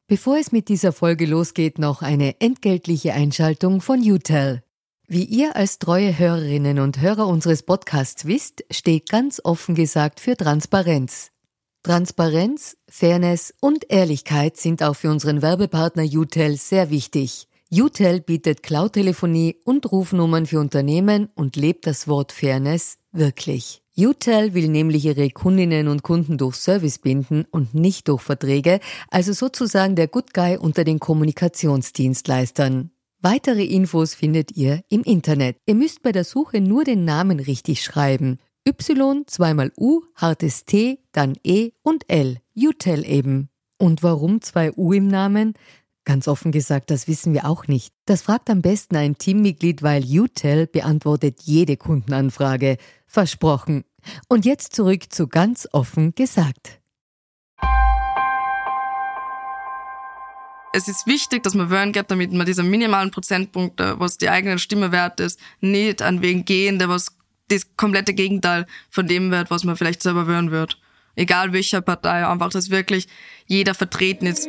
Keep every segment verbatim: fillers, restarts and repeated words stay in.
Bevor es mit dieser Folge losgeht, noch eine entgeltliche Einschaltung von U T E L. Wie ihr als treue Hörerinnen und Hörer unseres Podcasts wisst, steht ganz offen gesagt für Transparenz. Transparenz, Fairness und Ehrlichkeit sind auch für unseren Werbepartner U T E L sehr wichtig. U T E L bietet Cloud-Telefonie und Rufnummern für Unternehmen und lebt das Wort Fairness wirklich. U T E L will nämlich ihre Kundinnen und Kunden durch Service binden und nicht durch Verträge, also sozusagen der Good Guy unter den Kommunikationsdienstleistern. Weitere Infos findet ihr im Internet. Ihr müsst bei der Suche nur den Namen richtig schreiben. Y, zweimal U, hartes T, dann E und L. U T E L eben. Und warum zwei U im Namen? Ganz offen gesagt, das wissen wir auch nicht. Das fragt am besten ein Teammitglied, weil U T E L beantwortet jede Kundenanfrage. Versprochen. Und jetzt zurück zu ganz offen gesagt. Es ist wichtig, dass man wählen geht, damit man diese minimalen Prozentpunkte, was die eigene Stimme wert ist, nicht an wen gehen, der was das komplette Gegenteil von dem wird, was man vielleicht selber wählen wird. Egal welcher Partei, einfach, dass wirklich jeder vertreten ist.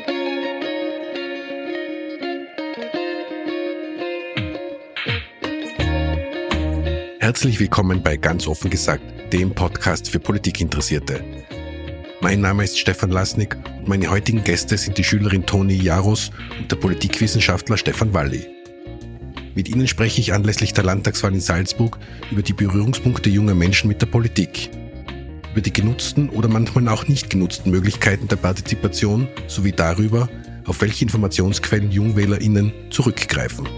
Herzlich willkommen bei Ganz offen gesagt, dem Podcast für Politikinteressierte. Mein Name ist Stefan Lasnik und meine heutigen Gäste sind die Schülerin Toni Jaros und der Politikwissenschaftler Stefan Walli. Mit ihnen spreche ich anlässlich der Landtagswahl in Salzburg über die Berührungspunkte junger Menschen mit der Politik, über die genutzten oder manchmal auch nicht genutzten Möglichkeiten der Partizipation sowie darüber, auf welche Informationsquellen JungwählerInnen zurückgreifen.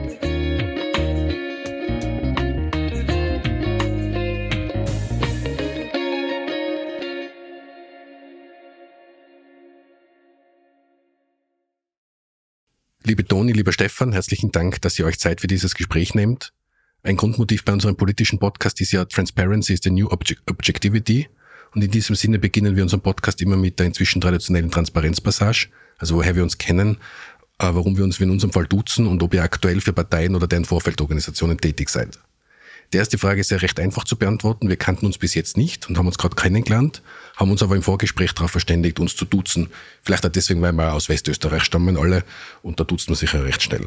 Liebe Toni, lieber Stefan, herzlichen Dank, dass ihr euch Zeit für dieses Gespräch nehmt. Ein Grundmotiv bei unserem politischen Podcast ist ja Transparency is the new Object- Objectivity. Und in diesem Sinne beginnen wir unseren Podcast immer mit der inzwischen traditionellen Transparenzpassage, also woher wir uns kennen, warum wir uns in unserem Fall duzen und ob ihr aktuell für Parteien oder deren Vorfeldorganisationen tätig seid. Die erste Frage ist ja recht einfach zu beantworten. Wir kannten uns bis jetzt nicht und haben uns gerade kennengelernt, haben uns aber im Vorgespräch darauf verständigt, uns zu duzen. Vielleicht auch deswegen, weil wir aus Westösterreich stammen alle und da duzt man sich ja recht schnell.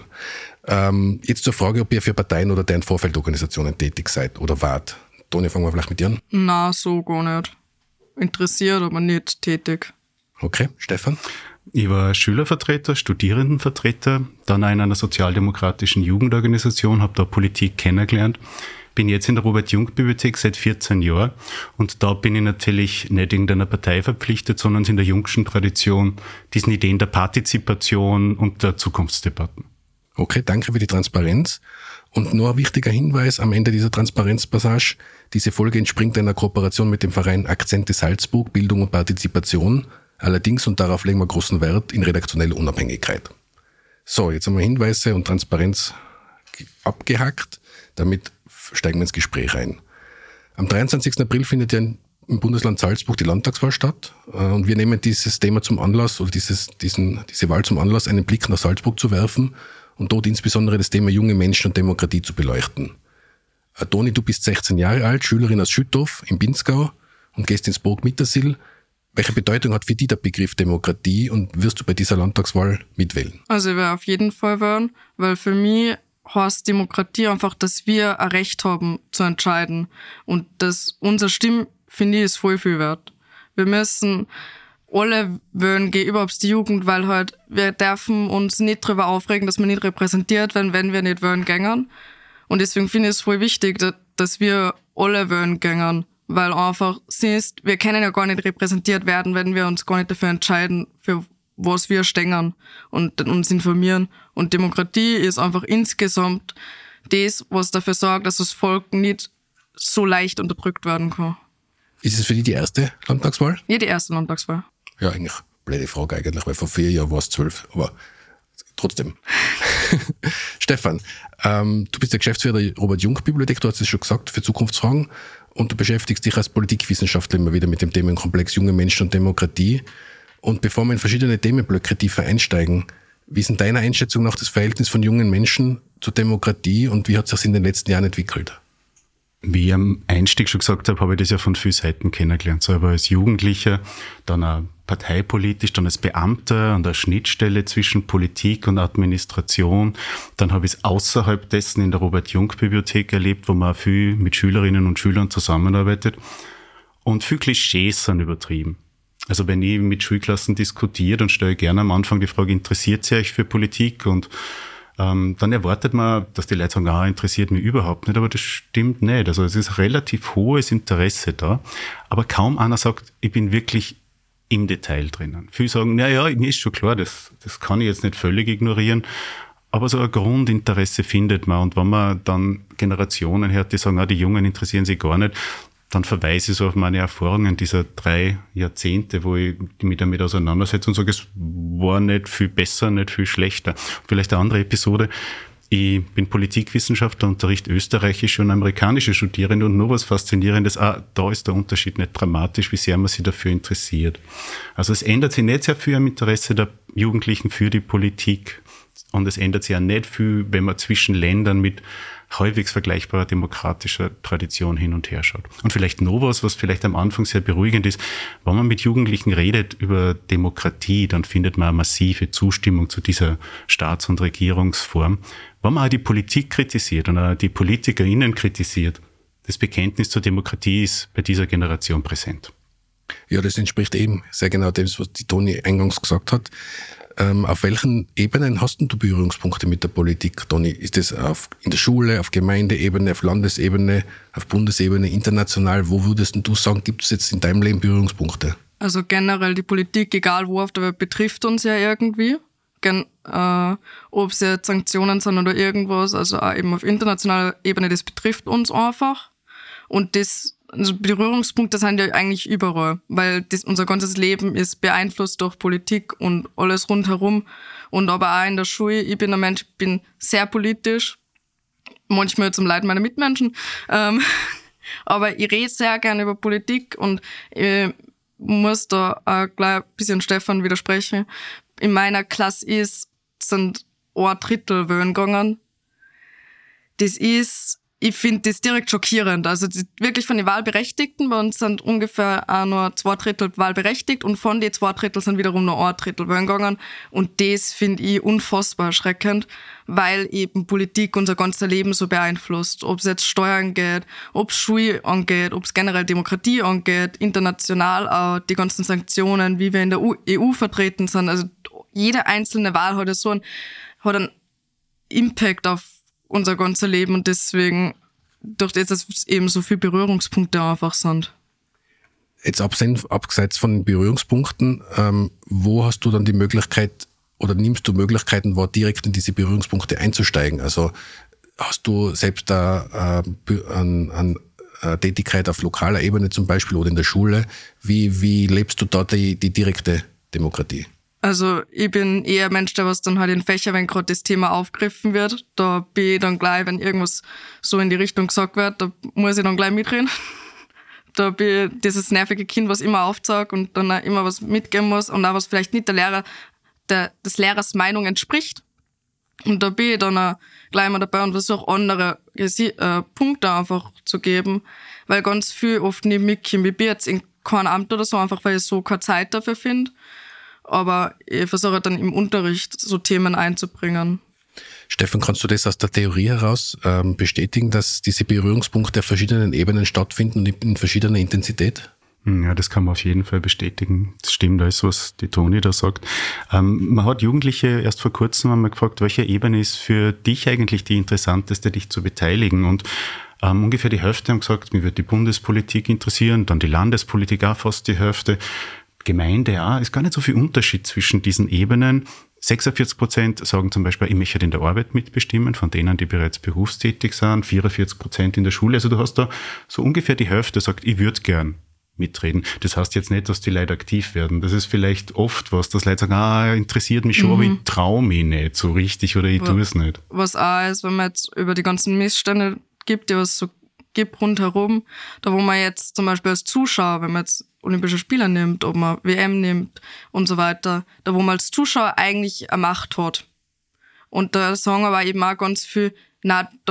Ähm, jetzt zur Frage, ob ihr für Parteien oder deren Vorfeldorganisationen tätig seid oder wart. Toni, fangen wir vielleicht mit dir an. Na, so gar nicht. Interessiert, aber nicht tätig. Okay, Stefan? Ich war Schülervertreter, Studierendenvertreter, dann auch in einer sozialdemokratischen Jugendorganisation, habe da Politik kennengelernt. Bin jetzt in der Robert-Jung-Bibliothek seit vierzehn Jahren und da bin ich natürlich nicht irgendeiner Partei verpflichtet, sondern in der jungschen Tradition diesen Ideen der Partizipation und der Zukunftsdebatten. Okay, danke für die Transparenz. Und nur ein wichtiger Hinweis am Ende dieser Transparenzpassage. Diese Folge entspringt einer Kooperation mit dem Verein Akzente Salzburg, Bildung und Partizipation. Allerdings, und darauf legen wir großen Wert, in redaktionelle Unabhängigkeit. So, jetzt haben wir Hinweise und Transparenz abgehackt. Damit steigen wir ins Gespräch ein. Am dreiundzwanzigsten April findet ja im Bundesland Salzburg die Landtagswahl statt. Und wir nehmen dieses Thema zum Anlass, oder dieses, diesen, diese Wahl zum Anlass, einen Blick nach Salzburg zu werfen und dort insbesondere das Thema junge Menschen und Demokratie zu beleuchten. Toni, du bist sechzehn Jahre alt, Schülerin aus Schüttorf im Pinzgau und gehst ins Burg Mittersill. Welche Bedeutung hat für dich der Begriff Demokratie und wirst du bei dieser Landtagswahl mitwählen? Also ich werde auf jeden Fall wählen, weil für mich heißt Demokratie einfach, dass wir ein Recht haben zu entscheiden und dass unsere Stimme, finde ich, ist voll viel wert. Wir müssen alle wählen gehen, überhaupt die Jugend, weil halt wir dürfen uns nicht darüber aufregen, dass man nicht repräsentiert werden, wenn wir nicht wählen gehen. Und deswegen finde ich es voll wichtig, dass wir alle wählen gehen, weil einfach siehst, wir können ja gar nicht repräsentiert werden, wenn wir uns gar nicht dafür entscheiden, für was wir stehen und uns informieren. Und Demokratie ist einfach insgesamt das, was dafür sorgt, dass das Volk nicht so leicht unterdrückt werden kann. Ist es für dich die erste Landtagswahl? Ja, die erste Landtagswahl. Ja, eigentlich blöde Frage eigentlich, weil vor vier Jahren war es zwölf, aber trotzdem. Stefan, ähm, du bist der Geschäftsführer der Robert-Jung-Bibliothek, du hast es schon gesagt, für Zukunftsfragen und du beschäftigst dich als Politikwissenschaftler immer wieder mit dem Themenkomplex junge Menschen und Demokratie. Und bevor wir in verschiedene Themenblöcke tiefer einsteigen, wie ist in deiner Einschätzung nach das Verhältnis von jungen Menschen zur Demokratie und wie hat sich das in den letzten Jahren entwickelt? Wie ich am Einstieg schon gesagt habe, habe ich das ja von vielen Seiten kennengelernt. Selber als Jugendlicher, dann auch parteipolitisch, dann als Beamter an der Schnittstelle zwischen Politik und Administration. Dann habe ich es außerhalb dessen in der Robert-Jung-Bibliothek erlebt, wo man auch viel mit Schülerinnen und Schülern zusammenarbeitet. Und viel Klischees sind übertrieben. Also wenn ich mit Schulklassen diskutiere, dann stelle ich gerne am Anfang die Frage, interessiert sie euch für Politik? Und Ähm, dann erwartet man, dass die Leute sagen, ah, interessiert mich überhaupt nicht, aber das stimmt nicht. Also es ist relativ hohes Interesse da, aber kaum einer sagt, ich bin wirklich im Detail drinnen. Viele sagen, na ja, mir ist schon klar, das, das kann ich jetzt nicht völlig ignorieren, aber so ein Grundinteresse findet man. Und wenn man dann Generationen hört, die sagen, ah, die Jungen interessieren sich gar nicht, dann verweise ich so auf meine Erfahrungen dieser drei Jahrzehnte, wo ich mich damit auseinandersetze und sage, es war nicht viel besser, nicht viel schlechter. Vielleicht eine andere Episode. Ich bin Politikwissenschaftler, unterrichte österreichische und amerikanische Studierende und nur was Faszinierendes, ah, da ist der Unterschied nicht dramatisch, wie sehr man sich dafür interessiert. Also es ändert sich nicht sehr viel am Interesse der Jugendlichen für die Politik und es ändert sich auch nicht viel, wenn man zwischen Ländern mit halbwegs vergleichbarer demokratischer Tradition hin und her schaut. Und vielleicht noch was, was vielleicht am Anfang sehr beruhigend ist, wenn man mit Jugendlichen redet über Demokratie, dann findet man eine massive Zustimmung zu dieser Staats- und Regierungsform. Wenn man auch die Politik kritisiert und auch die PolitikerInnen kritisiert, das Bekenntnis zur Demokratie ist bei dieser Generation präsent. Ja, das entspricht eben sehr genau dem, was die Toni eingangs gesagt hat. Ähm, auf welchen Ebenen hast denn du Berührungspunkte mit der Politik, Toni? Ist das auf, in der Schule, auf Gemeindeebene, auf Landesebene, auf Bundesebene, international? Wo würdest du sagen, gibt es jetzt in deinem Leben Berührungspunkte? Also generell die Politik, egal wo auf der Welt, betrifft uns ja irgendwie. Gen, äh, ob es jetzt Sanktionen sind oder irgendwas, also auch eben auf internationaler Ebene, das betrifft uns einfach. Und das Also Berührungspunkte sind ja eigentlich überall, weil das, unser ganzes Leben ist beeinflusst durch Politik und alles rundherum. Und aber auch in der Schule, ich bin ein Mensch, ich bin sehr politisch, manchmal zum Leid meiner Mitmenschen, ähm, aber ich rede sehr gerne über Politik und ich muss da auch gleich ein bisschen Stefan widersprechen. In meiner Klasse ist, sind ein Drittel wählen gegangen. Das ist... Ich finde das direkt schockierend. Also die, wirklich von den Wahlberechtigten, bei uns sind ungefähr auch nur zwei Drittel wahlberechtigt und von den zwei Drittel sind wiederum nur ein Drittel wählen gegangen. Und das finde ich unfassbar erschreckend, weil eben Politik unser ganzes Leben so beeinflusst. Ob es jetzt Steuern geht, ob es Schule angeht, ob es generell Demokratie angeht, international auch die ganzen Sanktionen, wie wir in der E U vertreten sind. Also jede einzelne Wahl hat ja so einen, hat einen Impact auf unser ganzes Leben und deswegen, durch das, dass es eben so viele Berührungspunkte einfach sind. Jetzt abseits von den Berührungspunkten, ähm, wo hast du dann die Möglichkeit oder nimmst du Möglichkeiten wahr, direkt in diese Berührungspunkte einzusteigen? Also hast du selbst da äh, an, an äh, Tätigkeit auf lokaler Ebene zum Beispiel oder in der Schule? Wie, wie lebst du da die, die direkte Demokratie? Also ich bin eher ein Mensch, der was dann halt in Fächer, wenn gerade das Thema aufgegriffen wird, da bin ich dann gleich, wenn irgendwas so in die Richtung gesagt wird, da muss ich dann gleich mitreden. Da bin ich dieses nervige Kind, was immer aufzeigt und dann auch immer was mitgeben muss und auch was vielleicht nicht der Lehrer, der, des Lehrers Meinung entspricht. Und da bin ich dann auch gleich mal dabei und versuche andere äh, Punkte einfach zu geben, weil ganz viel oft nicht mitkommen. Ich bin jetzt in keinem Amt oder so, einfach weil ich so keine Zeit dafür finde. Aber ich versuche dann im Unterricht so Themen einzubringen. Stefan, kannst du das aus der Theorie heraus ähm, bestätigen, dass diese Berührungspunkte auf verschiedenen Ebenen stattfinden und in verschiedener Intensität? Ja, das kann man auf jeden Fall bestätigen. Das stimmt alles, was die Toni da sagt. Ähm, man hat Jugendliche erst vor kurzem einmal gefragt, welche Ebene ist für dich eigentlich die interessanteste, dich zu beteiligen? Und ähm, ungefähr die Hälfte haben gesagt, mir wird die Bundespolitik interessieren, dann die Landespolitik auch fast die Hälfte. Gemeinde auch, ist gar nicht so viel Unterschied zwischen diesen Ebenen. sechsundvierzig Prozent sagen zum Beispiel, ich möchte in der Arbeit mitbestimmen, von denen, die bereits berufstätig sind, vierundvierzig Prozent in der Schule. Also du hast da so ungefähr die Hälfte, sagt, ich würde gern mitreden. Das heißt jetzt nicht, dass die Leute aktiv werden. Das ist vielleicht oft was, dass Leute sagen, ah, interessiert mich schon, mhm. aber ich traue mich nicht so richtig oder ich tue es nicht. Was auch ist, wenn man jetzt über die ganzen Missstände gibt, die was so gibt rundherum, da wo man jetzt zum Beispiel als Zuschauer, wenn man jetzt Olympische Spiele nimmt, ob man W M nimmt und so weiter, da wo man als Zuschauer eigentlich eine Macht hat. Und da sagen aber eben auch ganz viel, na, da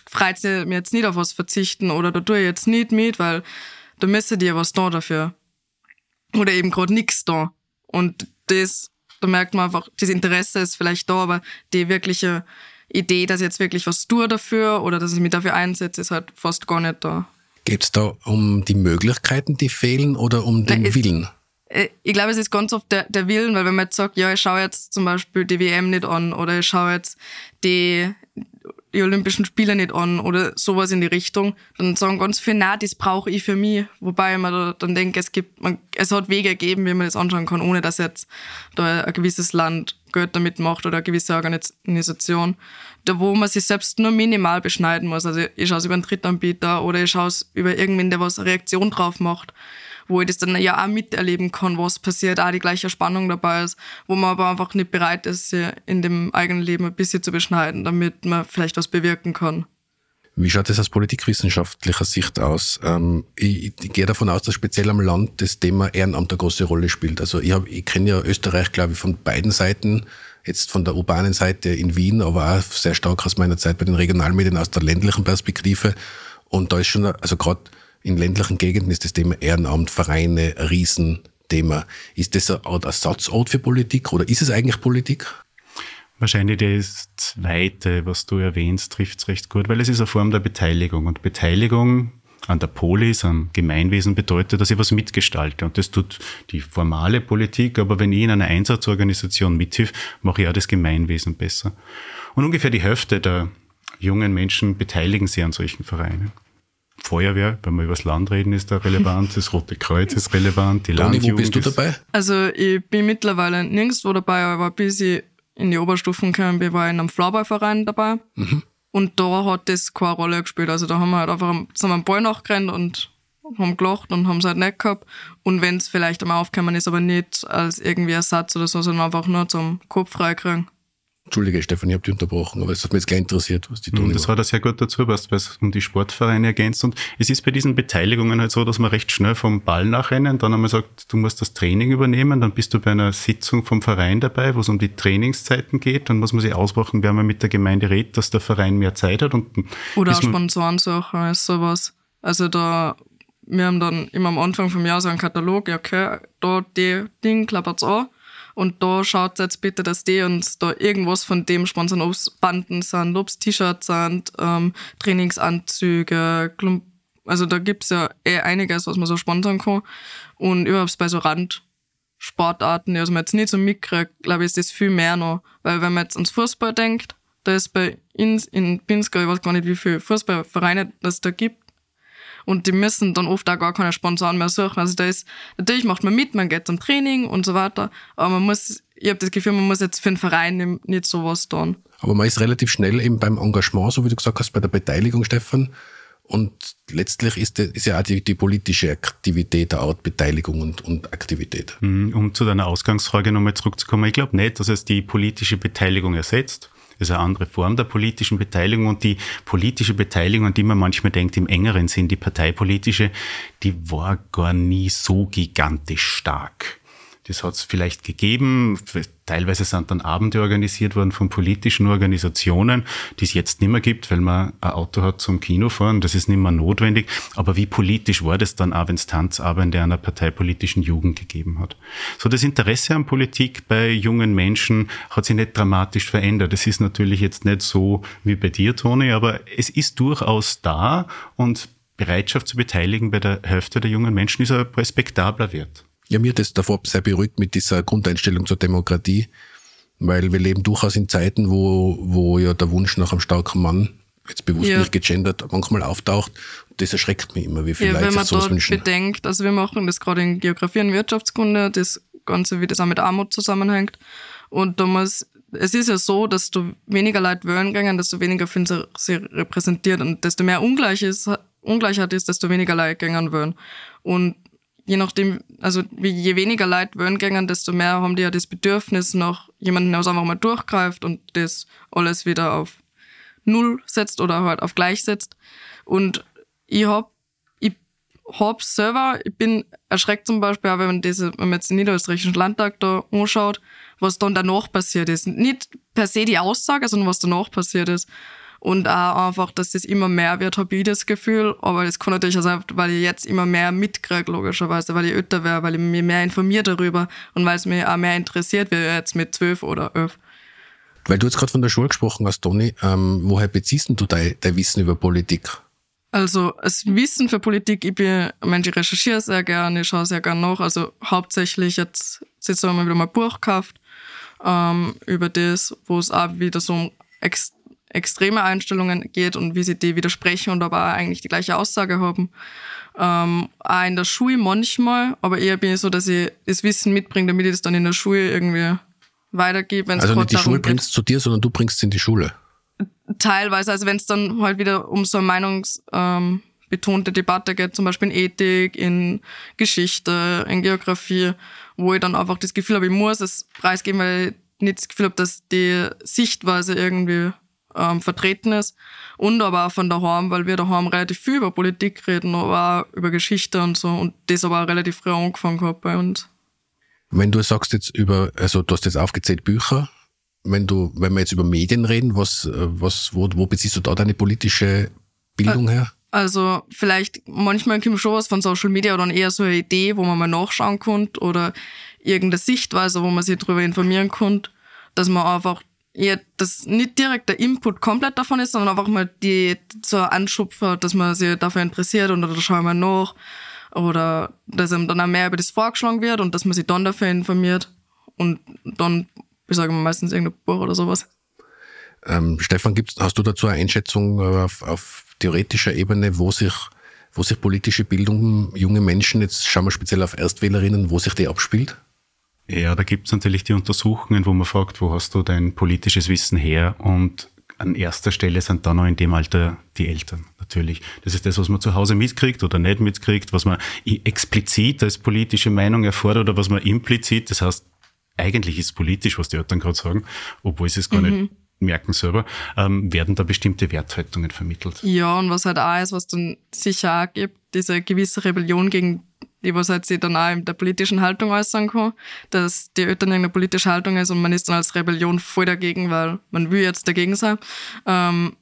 freut sich mir jetzt nicht auf was verzichten oder da tue ich jetzt nicht mit, weil da müsste dir was da dafür. Oder eben gerade nichts da. Und das, da merkt man einfach, das Interesse ist vielleicht da, aber die wirkliche Idee, dass ich jetzt wirklich was tue dafür oder dass ich mich dafür einsetze, ist halt fast gar nicht da. Geht es da um die Möglichkeiten, die fehlen, oder um den Nein, Willen? Es, ich glaube, es ist ganz oft der, der Willen, weil wenn man jetzt sagt, ja, ich schaue jetzt zum Beispiel die W M nicht an oder ich schaue jetzt die, die Olympischen Spiele nicht an oder sowas in die Richtung, dann sagen ganz viele, nein, das brauche ich für mich. Wobei man da, dann denkt, es gibt, man, es hat Wege gegeben, wie man das anschauen kann, ohne dass jetzt da ein gewisses Land Geld damit macht oder eine gewisse Organisation, da wo man sich selbst nur minimal beschneiden muss. Also ich schaue es über einen Drittanbieter oder ich schaue es über irgendwen, der was eine Reaktion drauf macht, wo ich das dann ja auch miterleben kann, was passiert, auch die gleiche Spannung dabei ist, wo man aber einfach nicht bereit ist, sich in dem eigenen Leben ein bisschen zu beschneiden, damit man vielleicht was bewirken kann. Wie schaut das aus politikwissenschaftlicher Sicht aus? Ähm, ich, ich gehe davon aus, dass speziell am Land das Thema Ehrenamt eine große Rolle spielt. Also ich, hab, ich kenne ja Österreich, glaube ich, von beiden Seiten, jetzt von der urbanen Seite in Wien, aber auch sehr stark aus meiner Zeit bei den Regionalmedien aus der ländlichen Perspektive. Und da ist schon, also gerade in ländlichen Gegenden ist das Thema Ehrenamt, Vereine ein Riesenthema. Ist das eine Art Ersatzort für Politik oder ist es eigentlich Politik? Wahrscheinlich das Zweite, was du erwähnst, trifft es recht gut, weil es ist eine Form der Beteiligung. Und Beteiligung an der Polis, am Gemeinwesen bedeutet, dass ich was mitgestalte. Und das tut die formale Politik, aber wenn ich in einer Einsatzorganisation mithilfe, mache ich auch das Gemeinwesen besser. Und ungefähr die Hälfte der jungen Menschen beteiligen sich an solchen Vereinen. Feuerwehr, wenn wir über das Land reden, ist da relevant, das Rote Kreuz ist relevant, die Toni, Landjugend. wo bist du dabei? Also ich bin mittlerweile nirgendwo dabei, aber bis ich in die Oberstufen gekommen bin, war ich in einem Floorballverein dabei. Mhm. Und da hat das keine Rolle gespielt. Also da haben wir halt einfach sind wir am Ball nachgerannt und haben gelacht und haben es halt nicht gehabt. Und wenn es vielleicht einmal aufgekommen ist, aber nicht als irgendwie Ersatz oder so, sondern einfach nur zum Kopf freikriegen. Entschuldige, Stefan, ich habe dich unterbrochen, aber es hat mich jetzt gleich interessiert, was die Toni Das hat er sehr gut dazu passt, weil es um die Sportvereine ergänzt. Und es ist bei diesen Beteiligungen halt so, dass man recht schnell vom Ball nachrennen, dann einmal sagt, du musst das Training übernehmen, dann bist du bei einer Sitzung vom Verein dabei, wo es um die Trainingszeiten geht, dann muss man sich ausmachen, wer man mit der Gemeinde redet, dass der Verein mehr Zeit hat. Und oder auch Sponsorensachen ist sowas. Also da, wir haben dann immer am Anfang vom Jahr so einen Katalog, ja okay, da die Ding klappert's an. Und da schaut jetzt bitte, dass die uns da irgendwas von dem sponsern, ob es Banden sind, ob es T-Shirts sind, ähm, Trainingsanzüge, Klump also da gibt's ja eh einiges, was man so sponsern kann. Und überhaupt bei so Randsportarten, die also man jetzt nicht so mitkriegt, glaube ich, ist das viel mehr noch. Weil wenn man jetzt ans Fußball denkt, da ist bei uns in Pinzgau, ich weiß gar nicht, wie viele Fußballvereine das da gibt. Und die müssen dann oft auch gar keine Sponsoren mehr suchen. Also da ist, natürlich macht man mit, man geht zum Training und so weiter. Aber man muss, ich habe das Gefühl, man muss jetzt für einen Verein nicht sowas tun. Aber man ist relativ schnell eben beim Engagement, so wie du gesagt hast, bei der Beteiligung, Stefan. Und letztlich ist, das, ist ja auch die, die politische Aktivität eine Art Beteiligung und, und Aktivität. Um zu deiner Ausgangsfrage nochmal zurückzukommen, ich glaube nicht, dass es die politische Beteiligung ersetzt. Das ist eine andere Form der politischen Beteiligung und die politische Beteiligung, an die man manchmal denkt, im engeren Sinn, die parteipolitische, die war gar nie so gigantisch stark. Das hat es vielleicht gegeben. Teilweise sind dann Abende organisiert worden von politischen Organisationen, die es jetzt nicht mehr gibt, weil man ein Auto hat zum Kino fahren. Das ist nicht mehr notwendig. Aber wie politisch war das dann auch, wenn es Tanzabende einer parteipolitischen Jugend gegeben hat? So, das Interesse an Politik bei jungen Menschen hat sich nicht dramatisch verändert. Das ist natürlich jetzt nicht so wie bei dir, Toni, aber es ist durchaus da und Bereitschaft zu beteiligen bei der Hälfte der jungen Menschen ist ein respektabler Wert. Ja, mir hat das davor sehr beruhigt mit dieser Grundeinstellung zur Demokratie, weil wir leben durchaus in Zeiten, wo, wo ja der Wunsch nach einem starken Mann, jetzt bewusst ja. nicht gegendert, manchmal auftaucht. Und das erschreckt mich immer, wie viele ja, Leute sich sowas wünschen. Wenn man dort bedenkt, also wir machen das gerade in Geografie und Wirtschaftskunde, das Ganze, wie das auch mit Armut zusammenhängt. Und da muss, es ist ja so, dass du weniger Leute wählen gehen, desto weniger finden sie repräsentiert. Und desto mehr Ungleich ist, Ungleichheit ist, desto weniger Leute gehen wählen. Und je nachdem, also wie, je weniger Leute wählen gehen, desto mehr haben die ja das Bedürfnis nach jemandem, der einfach mal durchgreift und das alles wieder auf Null setzt oder halt auf gleich setzt. Und ich hab, ich hab selber, ich bin erschreckt zum Beispiel, auch wenn man diese, wenn man jetzt den Niederösterreichischen Landtag da anschaut, was dann danach passiert ist. Nicht per se die Aussage, sondern was danach passiert ist. Und auch einfach, dass das immer mehr wird, habe ich das Gefühl. Aber das kann natürlich auch sein, weil ich jetzt immer mehr mitkriege, logischerweise, weil ich älter wäre, weil ich mich mehr informiere darüber und weil es mich auch mehr interessiert, wie jetzt mit zwölf oder elf. Weil du jetzt gerade von der Schule gesprochen hast, Toni, ähm, woher beziehst du dein, dein Wissen über Politik? Also das Wissen für Politik, ich bin ein Mensch, ich recherchiere sehr gerne, ich schaue sehr gerne nach. Also hauptsächlich jetzt, jetzt haben wir wieder mal ein Buch gekauft ähm, über das, wo es auch wieder so um ex, extreme Einstellungen geht und wie sie die widersprechen und aber auch eigentlich die gleiche Aussage haben. Ähm, auch in der Schule manchmal, aber eher bin ich so, dass ich das Wissen mitbringe, damit ich das dann in der Schule irgendwie weitergebe. Wenn's also nicht die Schule geht. bringst zu dir, sondern du bringst es in die Schule. Teilweise, also wenn es dann halt wieder um so eine meinungsbetonte ähm, Debatte geht, zum Beispiel in Ethik, in Geschichte, in Geografie, wo ich dann einfach das Gefühl habe, ich muss es preisgeben, weil ich nicht das Gefühl habe, dass die Sichtweise irgendwie ähm, vertreten ist. Und aber auch von daheim, weil wir daheim relativ viel über Politik reden, aber auch über Geschichte und so. Und das aber auch relativ früh angefangen hat bei uns. Wenn du sagst jetzt über, also du hast jetzt aufgezählt Bücher, wenn du, wenn wir jetzt über Medien reden, was, was, wo, wo beziehst du da deine politische Bildung her? Also vielleicht manchmal kommt schon was von Social Media oder dann eher so eine Idee, wo man mal nachschauen kann oder irgendeine Sichtweise, wo man sich darüber informieren kann, dass man einfach eher, dass nicht direkt der Input komplett davon ist, sondern einfach mal die so Anschubfer, dass man sich dafür interessiert und da schauen wir nach oder dass einem dann auch mehr über das vorgeschlagen wird und dass man sich dann dafür informiert und dann ich sage meistens irgendein Buch oder sowas. Ähm, Stefan, gibt's, hast du dazu eine Einschätzung auf, auf theoretischer Ebene, wo sich, wo sich politische Bildung junge Menschen, jetzt schauen wir speziell auf Erstwählerinnen, wo sich die abspielt? Ja, da gibt's natürlich die Untersuchungen, wo man fragt, wo hast du dein politisches Wissen her? Und an erster Stelle sind dann noch in dem Alter die Eltern, natürlich. Das ist das, was man zu Hause mitkriegt oder nicht mitkriegt, was man explizit als politische Meinung erfordert oder was man implizit, das heißt, eigentlich ist es politisch, was die Eltern gerade sagen, obwohl sie es gar mhm. nicht merken selber, ähm, werden da bestimmte Werthaltungen vermittelt. Ja, und was halt auch ist, was dann sicher auch gibt, diese gewisse Rebellion gegen die, was halt sich dann auch in der politischen Haltung äußern kann, dass die Eltern irgendeine politische Haltung ist und man ist dann als Rebellion voll dagegen, weil man will jetzt dagegen sein. Ähm,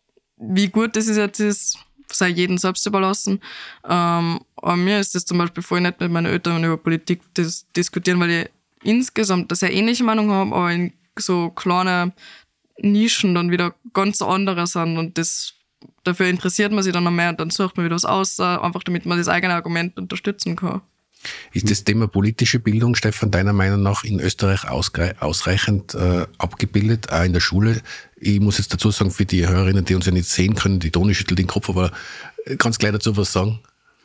wie gut das ist jetzt ist, sei jedem selbst überlassen. Ähm, aber mir ist das zum Beispiel voll nicht mit meinen Eltern über Politik dis- diskutieren, weil ich insgesamt eine sehr ähnliche Meinung haben, aber in so kleine Nischen dann wieder ganz andere sind und das, dafür interessiert man sich dann noch mehr und dann sucht man wieder was aus, einfach damit man das eigene Argument unterstützen kann. Ist das Thema politische Bildung, Stefan, deiner Meinung nach in Österreich ausgre- ausreichend äh, abgebildet, auch in der Schule? Ich muss jetzt dazu sagen, für die Hörerinnen, die uns ja nicht sehen können, die Toni schüttelt den Kopf, aber kannst gleich dazu was sagen?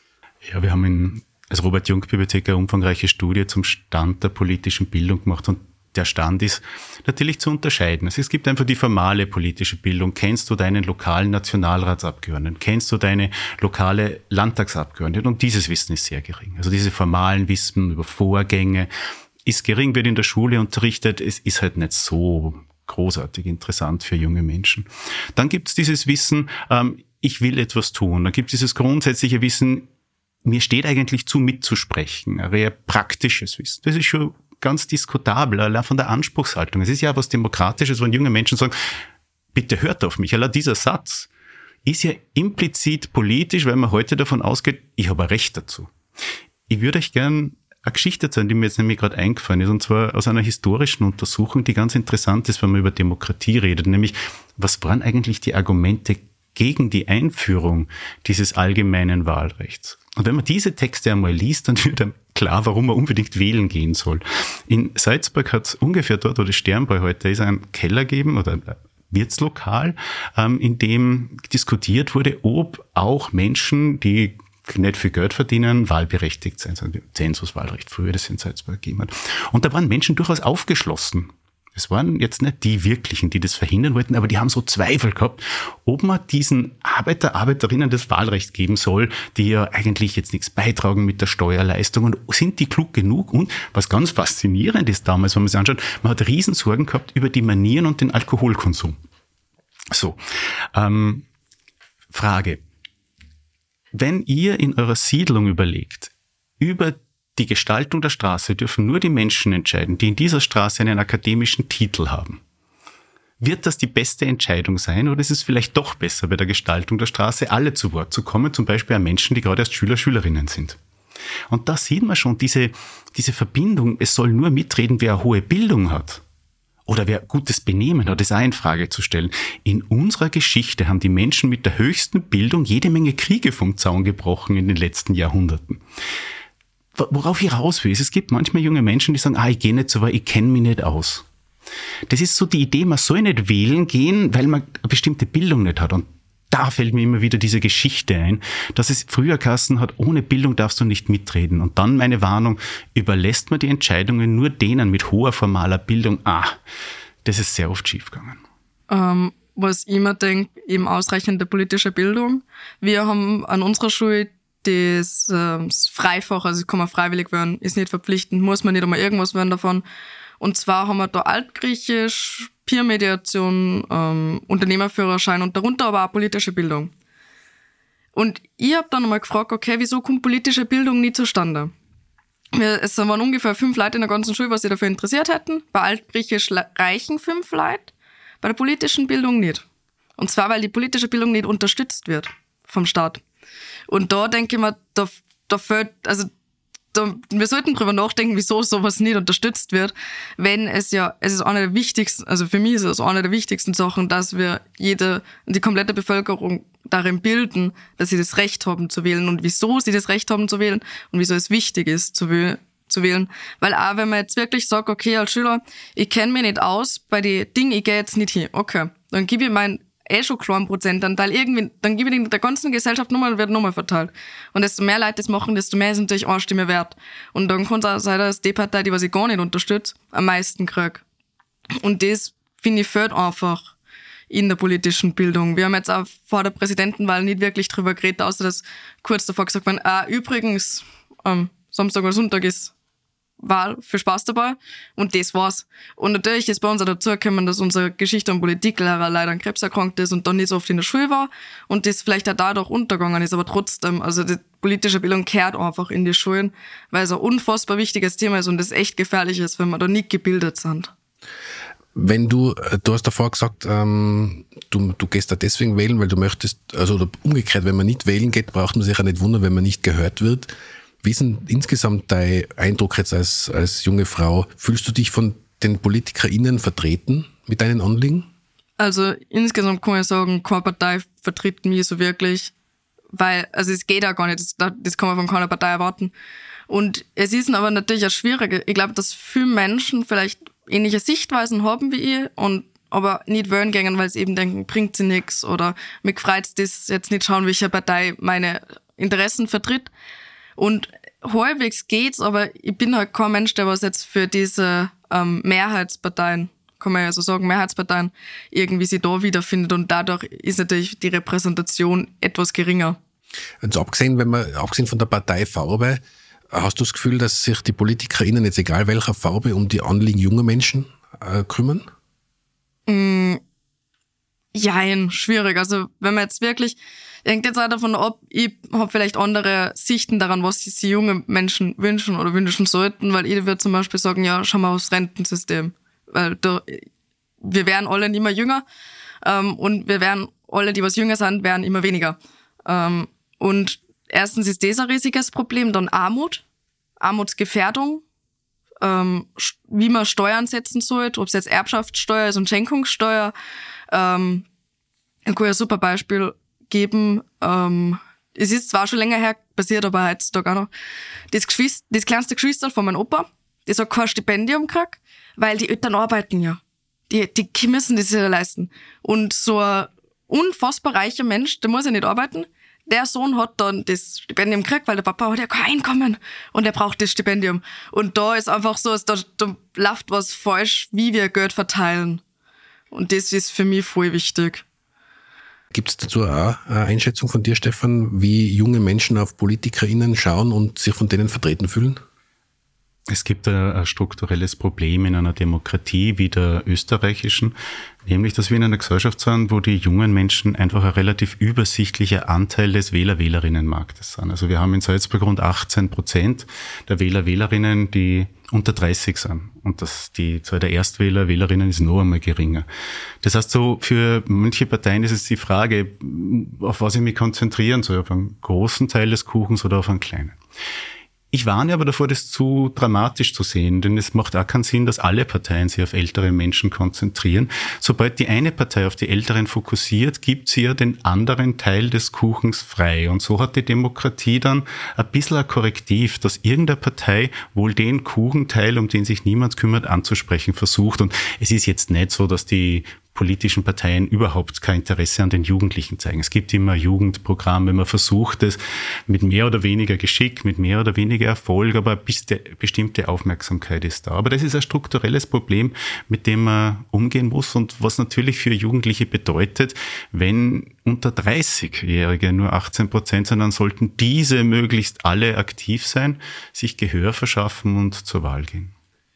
Ja, wir haben in als Robert-Jung-Bibliothek eine umfangreiche Studie zum Stand der politischen Bildung gemacht und der Stand ist natürlich zu unterscheiden. Also es gibt einfach die formale politische Bildung. Kennst du deinen lokalen Nationalratsabgeordneten? Kennst du deine lokale Landtagsabgeordnete? Und dieses Wissen ist sehr gering. Also diese formalen Wissen über Vorgänge ist gering, wird in der Schule unterrichtet. Es ist halt nicht so großartig interessant für junge Menschen. Dann gibt es dieses Wissen, ähm, ich will etwas tun. Dann gibt es dieses grundsätzliche Wissen, mir steht eigentlich zu, mitzusprechen. Ein eher praktisches Wissen. Das ist schon ganz diskutabel, allein von der Anspruchshaltung. Es ist ja was Demokratisches, wenn junge Menschen sagen, bitte hört auf mich. Allein dieser Satz ist ja implizit politisch, weil man heute davon ausgeht, ich habe ein Recht dazu. Ich würde euch gern eine Geschichte erzählen, die mir jetzt nämlich gerade eingefallen ist, und zwar aus einer historischen Untersuchung, die ganz interessant ist, wenn man über Demokratie redet, nämlich, was waren eigentlich die Argumente gegen die Einführung dieses allgemeinen Wahlrechts? Und wenn man diese Texte einmal liest, dann wird einem klar, warum man unbedingt wählen gehen soll. In Salzburg hat es ungefähr dort, wo das Sternbräu heute ist, einen Keller gegeben oder ein Wirtslokal, in dem diskutiert wurde, ob auch Menschen, die nicht viel Geld verdienen, wahlberechtigt sein. Also Zensuswahlrecht früher, das in Salzburg gegeben hat. Und da waren Menschen durchaus aufgeschlossen. Es waren jetzt nicht die wirklichen, die das verhindern wollten, aber die haben so Zweifel gehabt, ob man diesen Arbeiter, Arbeiterinnen das Wahlrecht geben soll, die ja eigentlich jetzt nichts beitragen mit der Steuerleistung, und sind die klug genug? Und was ganz faszinierend ist damals, wenn man sich anschaut, man hat Riesensorgen gehabt über die Manieren und den Alkoholkonsum. So, ähm, Frage. Wenn ihr in eurer Siedlung überlegt, über die Gestaltung der Straße dürfen nur die Menschen entscheiden, die in dieser Straße einen akademischen Titel haben. Wird das die beste Entscheidung sein oder ist es vielleicht doch besser, bei der Gestaltung der Straße alle zu Wort zu kommen, zum Beispiel an Menschen, die gerade erst Schüler, Schülerinnen sind? Und da sieht man schon diese, diese Verbindung, es soll nur mitreden, wer eine hohe Bildung hat. Oder wer gutes Benehmen hat, ist auch in Frage zu stellen. In unserer Geschichte haben die Menschen mit der höchsten Bildung jede Menge Kriege vom Zaun gebrochen in den letzten Jahrhunderten. Worauf ich raus will, ist, es gibt manchmal junge Menschen, die sagen, ah, ich gehe nicht so weit, ich kenne mich nicht aus. Das ist so die Idee, man soll nicht wählen gehen, weil man eine bestimmte Bildung nicht hat. Und da fällt mir immer wieder diese Geschichte ein, dass es früher geheißen hat, ohne Bildung darfst du nicht mitreden. Und dann meine Warnung, überlässt man die Entscheidungen nur denen mit hoher formaler Bildung. Ah, das ist sehr oft schiefgegangen. Ähm, was ich immer denke, eben ausreichende politische Bildung. Wir haben an unserer Schule das, äh, das Freifach, also kann man freiwillig werden, ist nicht verpflichtend, muss man nicht einmal irgendwas werden davon. Und zwar haben wir da Altgriechisch, Peer-Mediation, ähm, Unternehmerführerschein und darunter aber auch politische Bildung. Und ich habe dann einmal gefragt, okay, wieso kommt politische Bildung nie zustande? Wir, es waren ungefähr fünf Leute in der ganzen Schule, was sich dafür interessiert hätten. Bei Altgriechisch reichen fünf Leute, bei der politischen Bildung nicht. Und zwar, weil die politische Bildung nicht unterstützt wird vom Staat. Und da denke ich mir, da, da fällt, also da, wir sollten drüber nachdenken, wieso sowas nicht unterstützt wird, wenn es ja, es ist eine der wichtigsten, also für mich ist es eine der wichtigsten Sachen, dass wir jede, die komplette Bevölkerung darin bilden, dass sie das Recht haben zu wählen und wieso sie das Recht haben zu wählen und wieso es wichtig ist zu wählen. zu wählen. Weil auch wenn man jetzt wirklich sagt, okay, als Schüler, ich kenne mich nicht aus bei den Dingen, ich gehe jetzt nicht hin. Okay, dann gebe ich meinen eh schon kleinen Prozentanteil irgendwie, dann gebe ich den der ganzen Gesellschaft nochmal und wird nochmal verteilt. Und desto mehr Leute das machen, desto mehr ist natürlich eine Stimme wert. Und dann kann es auch sein, dass die Partei, die was ich gar nicht unterstütze, am meisten kriegt. Und das, finde ich, fehlt einfach in der politischen Bildung. Wir haben jetzt auch vor der Präsidentenwahl nicht wirklich drüber geredet, außer dass kurz davor gesagt worden, ah, übrigens, ähm, Samstag oder Sonntag ist Wahl, für Spaß dabei. Und das war's. Und natürlich ist bei uns auch dazu gekommen, dass unser Geschichte- und Politiklehrer leider an Krebs erkrankt ist und dann nicht so oft in der Schule war und das vielleicht auch dadurch untergegangen ist. Aber trotzdem, also die politische Bildung kehrt einfach in die Schulen, weil es ein unfassbar wichtiges Thema ist und es echt gefährlich ist, wenn wir da nicht gebildet sind. Wenn du, du hast davor gesagt, ähm, du, du gehst da deswegen wählen, weil du möchtest, also oder umgekehrt, wenn man nicht wählen geht, braucht man sich ja nicht wundern, wenn man nicht gehört wird. Wie ist denn insgesamt dein Eindruck jetzt als, als junge Frau? Fühlst du dich von den PolitikerInnen vertreten mit deinen Anliegen? Also insgesamt kann ich sagen, keine Partei vertritt mich so wirklich, weil, also es geht auch gar nicht, das, das kann man von keiner Partei erwarten. Und es ist aber natürlich auch schwierig. Ich glaube, dass viele Menschen vielleicht ähnliche Sichtweisen haben wie ich und aber nicht wählen gehen, weil sie eben denken, bringt sie nichts oder mich freut das jetzt nicht schauen, welche Partei meine Interessen vertritt. Und halbwegs geht's, aber ich bin halt kein Mensch, der was jetzt für diese ähm, Mehrheitsparteien, kann man ja so sagen, Mehrheitsparteien, irgendwie sich da wiederfindet und dadurch ist natürlich die Repräsentation etwas geringer. Also abgesehen, wenn man, abgesehen von der Parteifarbe, hast du das Gefühl, dass sich die PolitikerInnen, jetzt egal welcher Farbe, um die Anliegen junger Menschen äh, kümmern? Mm, jein, schwierig. Also wenn man jetzt wirklich, hängt jetzt auch davon ab, ich habe vielleicht andere Sichten daran, was sich die jungen Menschen wünschen oder wünschen sollten, weil ich würde zum Beispiel sagen, ja, schau mal aufs Rentensystem. Weil da, wir werden alle immer jünger ähm, und wir werden alle, die was jünger sind, werden immer weniger. Ähm, und erstens ist das ein riesiges Problem, dann Armut, Armutsgefährdung, ähm, wie man Steuern setzen sollte, ob es jetzt Erbschaftssteuer ist und Schenkungssteuer. Ähm, ich kann ja ein super Beispiel geben. Ähm, es ist zwar schon länger her passiert, aber heutzutage auch noch. Das, Geschwister, das kleinste Geschwister von meinem Opa, das hat kein Stipendium gekriegt, weil die Eltern arbeiten ja. Die, die müssen das ja leisten. Und so ein unfassbar reicher Mensch, der muss ja nicht arbeiten. Der Sohn hat dann das Stipendium gekriegt, weil der Papa hat ja kein Einkommen und er braucht das Stipendium. Und da ist einfach so, da, da läuft was falsch, wie wir Geld verteilen. Und das ist für mich voll wichtig. Gibt es dazu auch eine Einschätzung von dir, Stefan, wie junge Menschen auf PolitikerInnen schauen und sich von denen vertreten fühlen? Es gibt ein, ein strukturelles Problem in einer Demokratie wie der österreichischen, nämlich, dass wir in einer Gesellschaft sind, wo die jungen Menschen einfach ein relativ übersichtlicher Anteil des Wähler-Wählerinnenmarktes sind. Also wir haben in Salzburg rund achtzehn Prozent der Wähler-Wählerinnen, die unter dreißig sind. Und das, die Zahl der Erstwähler, Wählerinnen ist noch einmal geringer. Das heißt, so für manche Parteien ist es die Frage, auf was ich mich konzentrieren soll, auf einen großen Teil des Kuchens oder auf einen kleinen. Ich warne aber davor, das zu dramatisch zu sehen, denn es macht auch keinen Sinn, dass alle Parteien sich auf ältere Menschen konzentrieren. Sobald die eine Partei auf die Älteren fokussiert, gibt sie ja den anderen Teil des Kuchens frei. Und so hat die Demokratie dann ein bisschen ein Korrektiv, dass irgendeine Partei wohl den Kuchenteil, um den sich niemand kümmert, anzusprechen versucht. Und es ist jetzt nicht so, dass die politischen Parteien überhaupt kein Interesse an den Jugendlichen zeigen. Es gibt immer Jugendprogramme, man versucht es mit mehr oder weniger Geschick, mit mehr oder weniger Erfolg, aber eine bestimmte Aufmerksamkeit ist da. Aber das ist ein strukturelles Problem, mit dem man umgehen muss und was natürlich für Jugendliche bedeutet, wenn unter dreißigjährige nur achtzehn Prozent sind, dann sollten diese möglichst alle aktiv sein, sich Gehör verschaffen und zur Wahl gehen.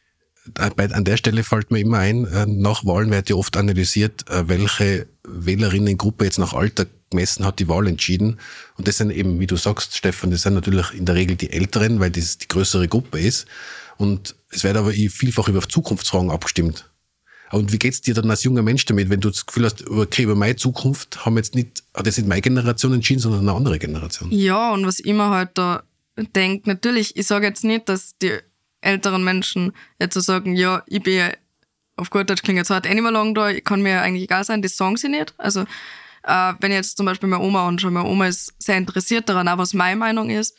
An der Stelle fällt mir immer ein, nach Wahlen wird ja oft analysiert, welche Wählerinnengruppe jetzt nach Alter gemessen hat die Wahl entschieden. Und das sind eben, wie du sagst, Stefan, das sind natürlich in der Regel die Älteren, weil das die größere Gruppe ist. Und es wird aber vielfach über Zukunftsfragen abgestimmt. Und wie geht's dir dann als junger Mensch damit, wenn du das Gefühl hast, okay, über meine Zukunft haben jetzt nicht, hat jetzt nicht meine Generation entschieden, sondern eine andere Generation? Ja, und was ich mir halt da denke, natürlich, ich sage jetzt nicht, dass die älteren Menschen jetzt so sagen, ja, ich bin ja, auf gut Deutsch klingt jetzt hart, eh nicht mehr lang da, kann mir eigentlich egal sein, das sagen sie nicht. Also, äh, wenn ich jetzt zum Beispiel meine Oma anschaue, meine Oma ist sehr interessiert daran, auch was meine Meinung ist.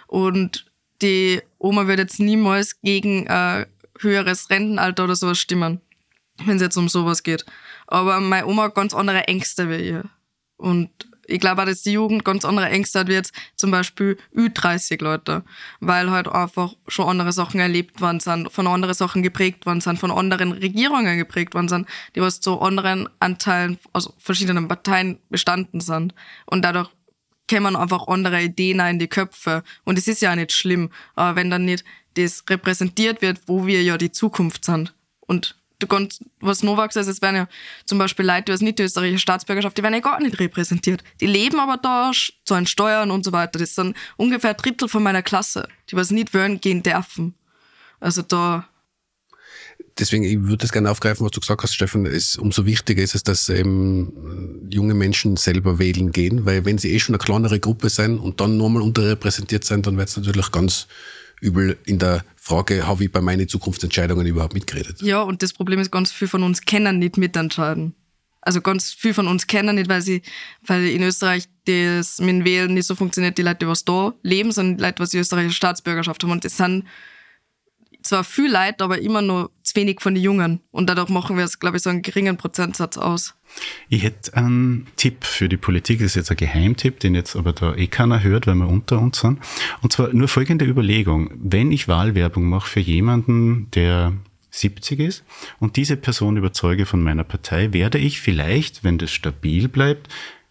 Und die Oma wird jetzt niemals gegen äh, höheres Rentenalter oder sowas stimmen, wenn es jetzt um sowas geht. Aber meine Oma hat ganz andere Ängste wie ich. Und ich glaube auch, dass die Jugend ganz andere Ängste hat, wie jetzt zum Beispiel Ü dreißig Leute, weil halt einfach schon andere Sachen erlebt worden sind, von anderen Sachen geprägt worden sind, von anderen Regierungen geprägt worden sind, die was zu anderen Anteilen aus verschiedenen Parteien bestanden sind. Und dadurch kämen einfach andere Ideen in die Köpfe. Und es ist ja auch nicht schlimm, aber wenn dann nicht das repräsentiert wird, wo wir ja die Zukunft sind. Und du kannst, was Novak sagt, es werden ja zum Beispiel Leute, die was nicht die österreichische Staatsbürgerschaft, die werden ja gar nicht repräsentiert. Die leben aber da, zahlen Steuern und so weiter. Das sind ungefähr ein Drittel von meiner Klasse, die was nicht wählen gehen dürfen. Also da... Deswegen, ich würde das gerne aufgreifen, was du gesagt hast, Stefan. Es, umso wichtiger ist es, dass ähm, junge Menschen selber wählen gehen, weil wenn sie eh schon eine kleinere Gruppe sind und dann nochmal unterrepräsentiert sind, dann wird es natürlich ganz übel in der Frage, habe ich bei meinen Zukunftsentscheidungen überhaupt mitgeredet? Ja, und das Problem ist, ganz viele von uns können nicht mitentscheiden. Also ganz viele von uns kennen nicht, weil sie, weil in Österreich das mit dem Wählen nicht so funktioniert, die Leute, die was da leben, sondern die Leute, was die österreichische Staatsbürgerschaft haben. Und das sind zwar viel Leute, aber immer nur zu wenig von den Jungen. Und dadurch machen wir es, glaube ich, so einen geringen Prozentsatz aus. Ich hätte einen Tipp für die Politik, das ist jetzt ein Geheimtipp, den jetzt aber da eh keiner hört, weil wir unter uns sind. Und zwar nur folgende Überlegung. Wenn ich Wahlwerbung mache für jemanden, der siebzig ist und diese Person überzeuge von meiner Partei, werde ich vielleicht, wenn das stabil bleibt,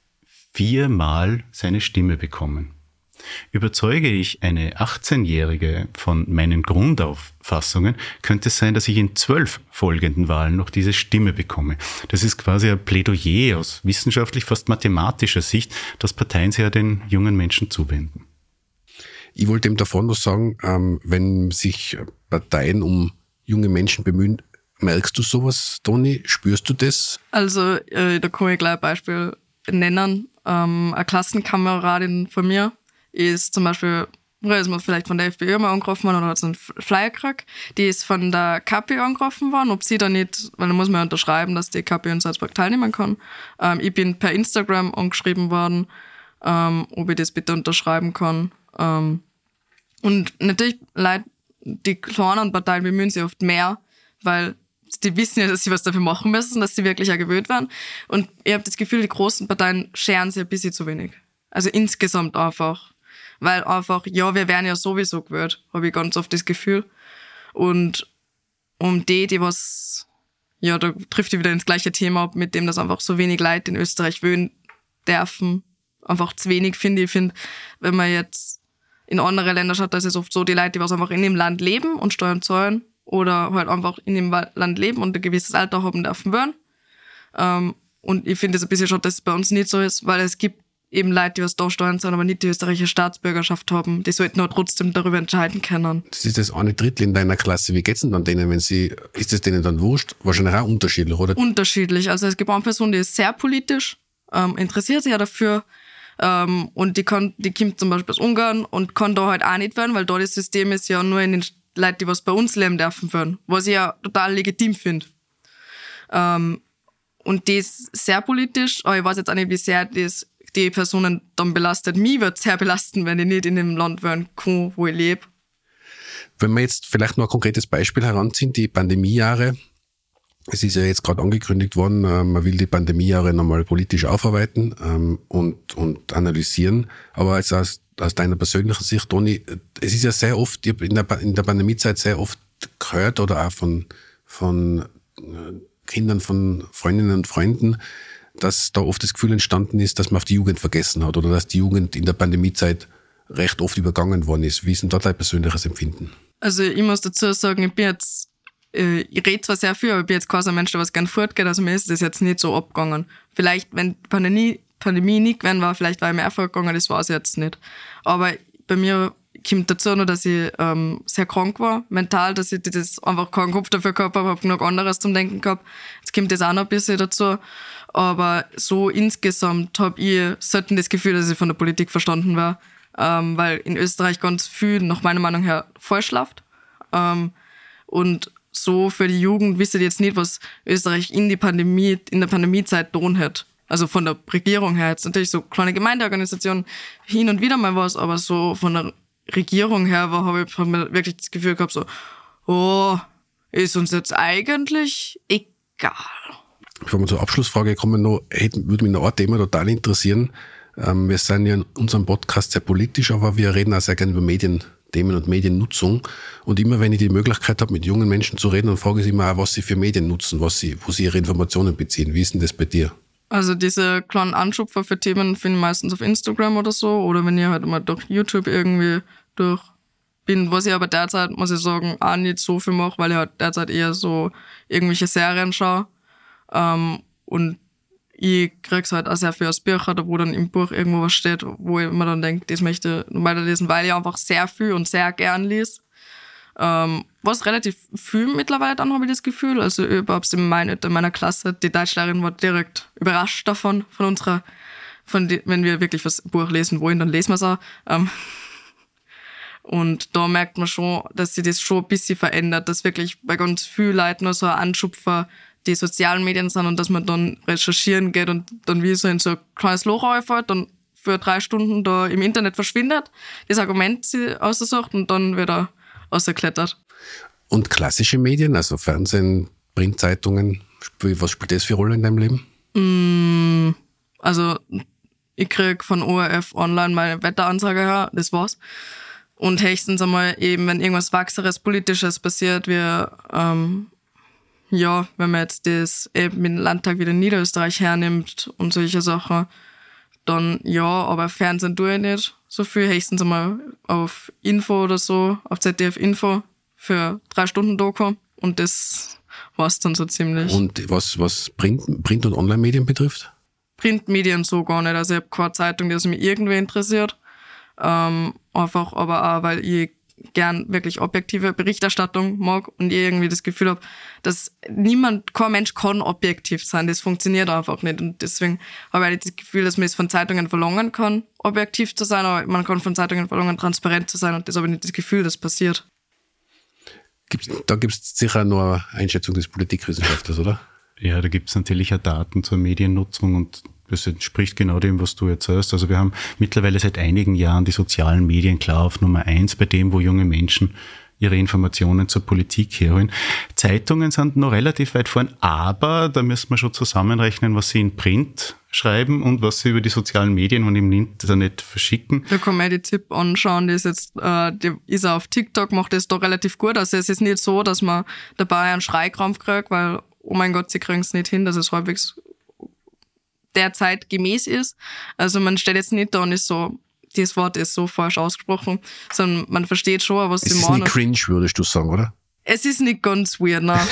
viermal seine Stimme bekommen. Überzeuge ich eine achtzehnjährige von meinen Grundauffassungen, könnte es sein, dass ich in zwölf folgenden Wahlen noch diese Stimme bekomme. Das ist quasi ein Plädoyer aus wissenschaftlich, fast mathematischer Sicht, dass Parteien sich ja den jungen Menschen zuwenden. Ich wollte eben davon noch sagen, ähm, wenn sich Parteien um junge Menschen bemühen, merkst du sowas, Toni? Spürst du das? Also, äh, da kann ich gleich ein Beispiel nennen. Ähm, eine Klassenkameradin von mir ist zum Beispiel, früher ist man vielleicht von der FPÖ mal angerufen worden oder hat so einen Flyer gekriegt, die ist von der KPÖ angerufen worden, ob sie da nicht, weil da muss man ja unterschreiben, dass die KPÖ in Salzburg teilnehmen kann. Ähm, ich bin per Instagram angeschrieben worden, ähm, ob ich das bitte unterschreiben kann. Ähm, und natürlich, Leute, die kleinen Parteien bemühen sich oft mehr, weil die wissen ja, dass sie was dafür machen müssen, dass sie wirklich auch gewählt werden. Und ich habe das Gefühl, die großen Parteien scheren sich ein bisschen zu wenig. Also insgesamt einfach. Weil einfach, ja, wir werden ja sowieso gewählt, habe ich ganz oft das Gefühl. Und um die, die was, ja, da trifft ich wieder ins gleiche Thema ab, mit dem, dass einfach so wenig Leute in Österreich wählen dürfen. Einfach zu wenig, finde ich. Ich finde, wenn man jetzt in anderen Ländern schaut das ist oft so, die Leute, die was einfach in dem Land leben und Steuern zahlen oder halt einfach in dem Land leben und ein gewisses Alter haben dürfen wollen. Ähm, und ich finde es ein bisschen schade, dass es bei uns nicht so ist, weil es gibt eben Leute, die was da Steuern zahlen, aber nicht die österreichische Staatsbürgerschaft haben. Die sollten auch trotzdem darüber entscheiden können. Das ist das eine Drittel in deiner Klasse. Wie geht's denn dann denen, wenn sie, ist es denen dann wurscht? Wahrscheinlich auch unterschiedlich, oder? Unterschiedlich. Also es gibt eine Person, die ist sehr politisch, ähm, interessiert sich ja dafür, ähm, und die kann, die kommt zum Beispiel aus Ungarn und kann da halt auch nicht werden, weil da das System ist ja nur in den Leuten, die was bei uns leben dürfen werden, was ich ja total legitim finde. Ähm, und die ist sehr politisch, aber ich weiß jetzt auch nicht, wie sehr das die Personen dann belastet. Mich wird es sehr belasten, wenn ich nicht in dem Land wohnen kann, wo ich lebe. Wenn wir jetzt vielleicht noch ein konkretes Beispiel heranziehen, die Pandemiejahre. Es ist ja jetzt gerade angekündigt worden, man will die Pandemiejahre nochmal politisch aufarbeiten ähm, und, und analysieren. Aber jetzt aus, aus deiner persönlichen Sicht, Toni, es ist ja sehr oft, ich habe in der, in der Pandemiezeit sehr oft gehört oder auch von, von Kindern von Freundinnen und Freunden, dass da oft das Gefühl entstanden ist, dass man auf die Jugend vergessen hat oder dass die Jugend in der Pandemiezeit recht oft übergangen worden ist. Wie ist denn da dein persönliches Empfinden? Also ich muss dazu sagen, ich bin jetzt, äh, ich rede zwar sehr viel, aber ich bin jetzt quasi ein Mensch, der was gern fortgeht, also mir ist das jetzt nicht so abgegangen. Vielleicht, wenn die Pandemie, Pandemie nicht gewesen war, vielleicht war ich mehr vorgegangen, das war es jetzt nicht. Aber bei mir kommt dazu noch, dass ich ähm, sehr krank war, mental, dass ich das einfach keinen Kopf dafür gehabt habe, habe genug anderes zum Denken gehabt. Jetzt kommt das auch noch ein bisschen dazu. Aber so insgesamt habe ich selten das Gefühl, dass ich von der Politik verstanden war, ähm, weil in Österreich ganz viel, nach meiner Meinung her, falsch läuft. Ähm, und so für die Jugend wisst ihr jetzt nicht, was Österreich in die Pandemie, in der Pandemiezeit tun hat. Also von der Regierung her. Jetzt natürlich so kleine Gemeindeorganisationen hin und wieder mal was, aber so von der Regierung her war, habe ich hab mir wirklich das Gefühl gehabt, so, oh, ist uns jetzt eigentlich egal. Bevor wir zur Abschlussfrage kommen, noch, würde mich noch ein Thema total interessieren. Wir sind ja in unserem Podcast sehr politisch, aber wir reden auch sehr gerne über Medienthemen und Mediennutzung. Und immer wenn ich die Möglichkeit habe, mit jungen Menschen zu reden, dann frage ich sie immer auch, was sie für Medien nutzen, was sie, wo sie ihre Informationen beziehen. Wie ist denn das bei dir? Also diese kleinen Anschubfer für Themen finde ich meistens auf Instagram oder so, oder wenn ich halt mal durch YouTube irgendwie durch bin, was ich aber derzeit, muss ich sagen, auch nicht so viel mache, weil ich halt derzeit eher so irgendwelche Serien schaue. Ähm, und ich krieg's halt auch sehr viel aus Büchern, da wo dann im Buch irgendwo was steht, wo ich mir dann denke, das möchte ich weiterlesen, weil ich einfach sehr viel und sehr gern lese. Ähm, was relativ viel mittlerweile dann, habe ich das Gefühl. Also überhaupt in meiner, in meiner Klasse, die Deutschlehrerin war direkt überrascht davon, von unserer, von die, wenn wir wirklich was Buch lesen wollen, dann lesen wir es auch. Ähm, und da merkt man schon, dass sich das schon ein bisschen verändert, dass wirklich bei ganz vielen Leuten nur so ein Anschubfer die sozialen Medien sind und dass man dann recherchieren geht und dann wie so in so ein kleines Loch reinfällt, dann für drei Stunden da im Internet verschwindet, das Argument sie aussucht und dann wieder rausgeklettert. Und klassische Medien, also Fernsehen, Printzeitungen, was spielt das für eine Rolle in deinem Leben? Mm, also ich krieg von O R F online meine Wetteransage her, das war's. Und höchstens einmal eben, wenn irgendwas Wachseres, Politisches passiert, wie ähm, ja, wenn man jetzt das eben mit dem Landtag wieder in Niederösterreich hernimmt und solche Sachen, dann ja, aber Fernsehen tue ich nicht so viel, höchstens einmal auf Info oder so, auf Z D F Info für drei Stunden Doku und das war's dann so ziemlich. Und was, was Print, Print- und Online-Medien betrifft? Printmedien so gar nicht, also ich habe keine Zeitung, die mich irgendwie interessiert, ähm, einfach aber auch, weil ich gern wirklich objektive Berichterstattung mag und ich irgendwie das Gefühl habe, dass niemand, kein Mensch kann objektiv sein. Das funktioniert einfach nicht. Und deswegen habe ich das Gefühl, dass man es von Zeitungen verlangen kann, objektiv zu sein, aber man kann von Zeitungen verlangen, transparent zu sein und das habe ich nicht das Gefühl, das passiert. Gibt's, da gibt es sicher nur eine Einschätzung des Politikwissenschaftlers, oder? Ja, da gibt es natürlich auch Daten zur Mediennutzung und das entspricht genau dem, was du jetzt sagst. Also wir haben mittlerweile seit einigen Jahren die sozialen Medien klar auf Nummer eins bei dem, wo junge Menschen ihre Informationen zur Politik herholen. Zeitungen sind noch relativ weit vorn, aber da müssen wir schon zusammenrechnen, was sie in Print schreiben und was sie über die sozialen Medien und im Internet verschicken. Da kann man die Tipp anschauen, die ist jetzt, äh, die ist auch auf TikTok, macht das da relativ gut. Also es ist nicht so, dass man dabei einen Schreikrampf kriegt, weil, oh mein Gott, sie kriegen es nicht hin, dass es halbwegs derzeit gemäß ist. Also man steht jetzt nicht da und ist so das Wort ist so falsch ausgesprochen, sondern man versteht schon, was sie meinen. Es ist meinen. nicht cringe, würdest du sagen, oder? Es ist nicht ganz weird, nein.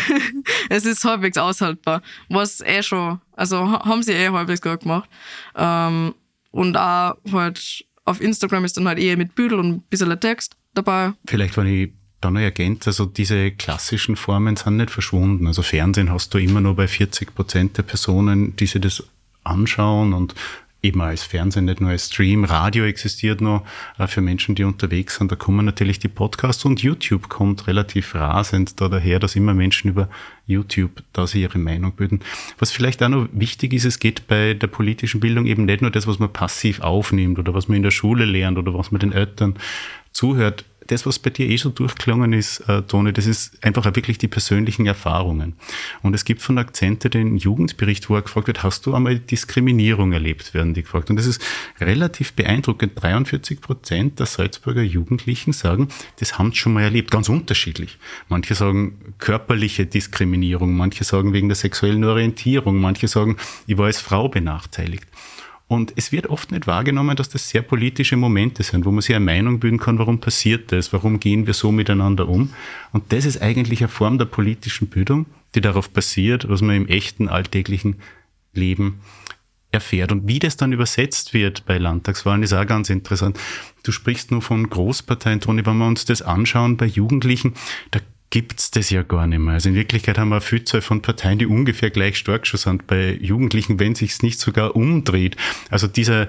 Es ist halbwegs aushaltbar. Was eh schon, also haben sie eh halbwegs gut gemacht. Ähm, und auch halt auf Instagram ist dann halt eher mit Büdel und ein bisschen Text dabei. Vielleicht, wenn ich da noch ergänze, also diese klassischen Formen sind nicht verschwunden. Also Fernsehen hast du immer nur bei vierzig Prozent der Personen, die sich das anschauen und eben als Fernsehen, nicht nur als Stream. Radio existiert noch äh, für Menschen, die unterwegs sind. Da kommen natürlich die Podcasts und YouTube kommt relativ rasend da daher, dass immer Menschen über YouTube da sie ihre Meinung bilden. Was vielleicht auch noch wichtig ist, es geht bei der politischen Bildung eben nicht nur das, was man passiv aufnimmt oder was man in der Schule lernt oder was man den Eltern zuhört. Das, was bei dir eh so durchklungen ist, äh, Toni, das ist einfach auch wirklich die persönlichen Erfahrungen. Und es gibt von Akzente den Jugendbericht, wo er gefragt wird, hast du einmal Diskriminierung erlebt, werden die gefragt. Und das ist relativ beeindruckend. dreiundvierzig Prozent der Salzburger Jugendlichen sagen, das haben sie schon mal erlebt. Ganz unterschiedlich. Manche sagen körperliche Diskriminierung, manche sagen wegen der sexuellen Orientierung, manche sagen, ich war als Frau benachteiligt. Und es wird oft nicht wahrgenommen, dass das sehr politische Momente sind, wo man sich eine Meinung bilden kann, warum passiert das, warum gehen wir so miteinander um. Und das ist eigentlich eine Form der politischen Bildung, die darauf basiert, was man im echten alltäglichen Leben erfährt. Und wie das dann übersetzt wird bei Landtagswahlen, ist auch ganz interessant. Du sprichst nur von Großparteien, Toni, wenn wir uns das anschauen bei Jugendlichen, da gibt's das ja gar nicht mehr. Also in Wirklichkeit haben wir eine Vielzahl von Parteien, die ungefähr gleich stark schon sind bei Jugendlichen, wenn sich's nicht sogar umdreht. Also dieser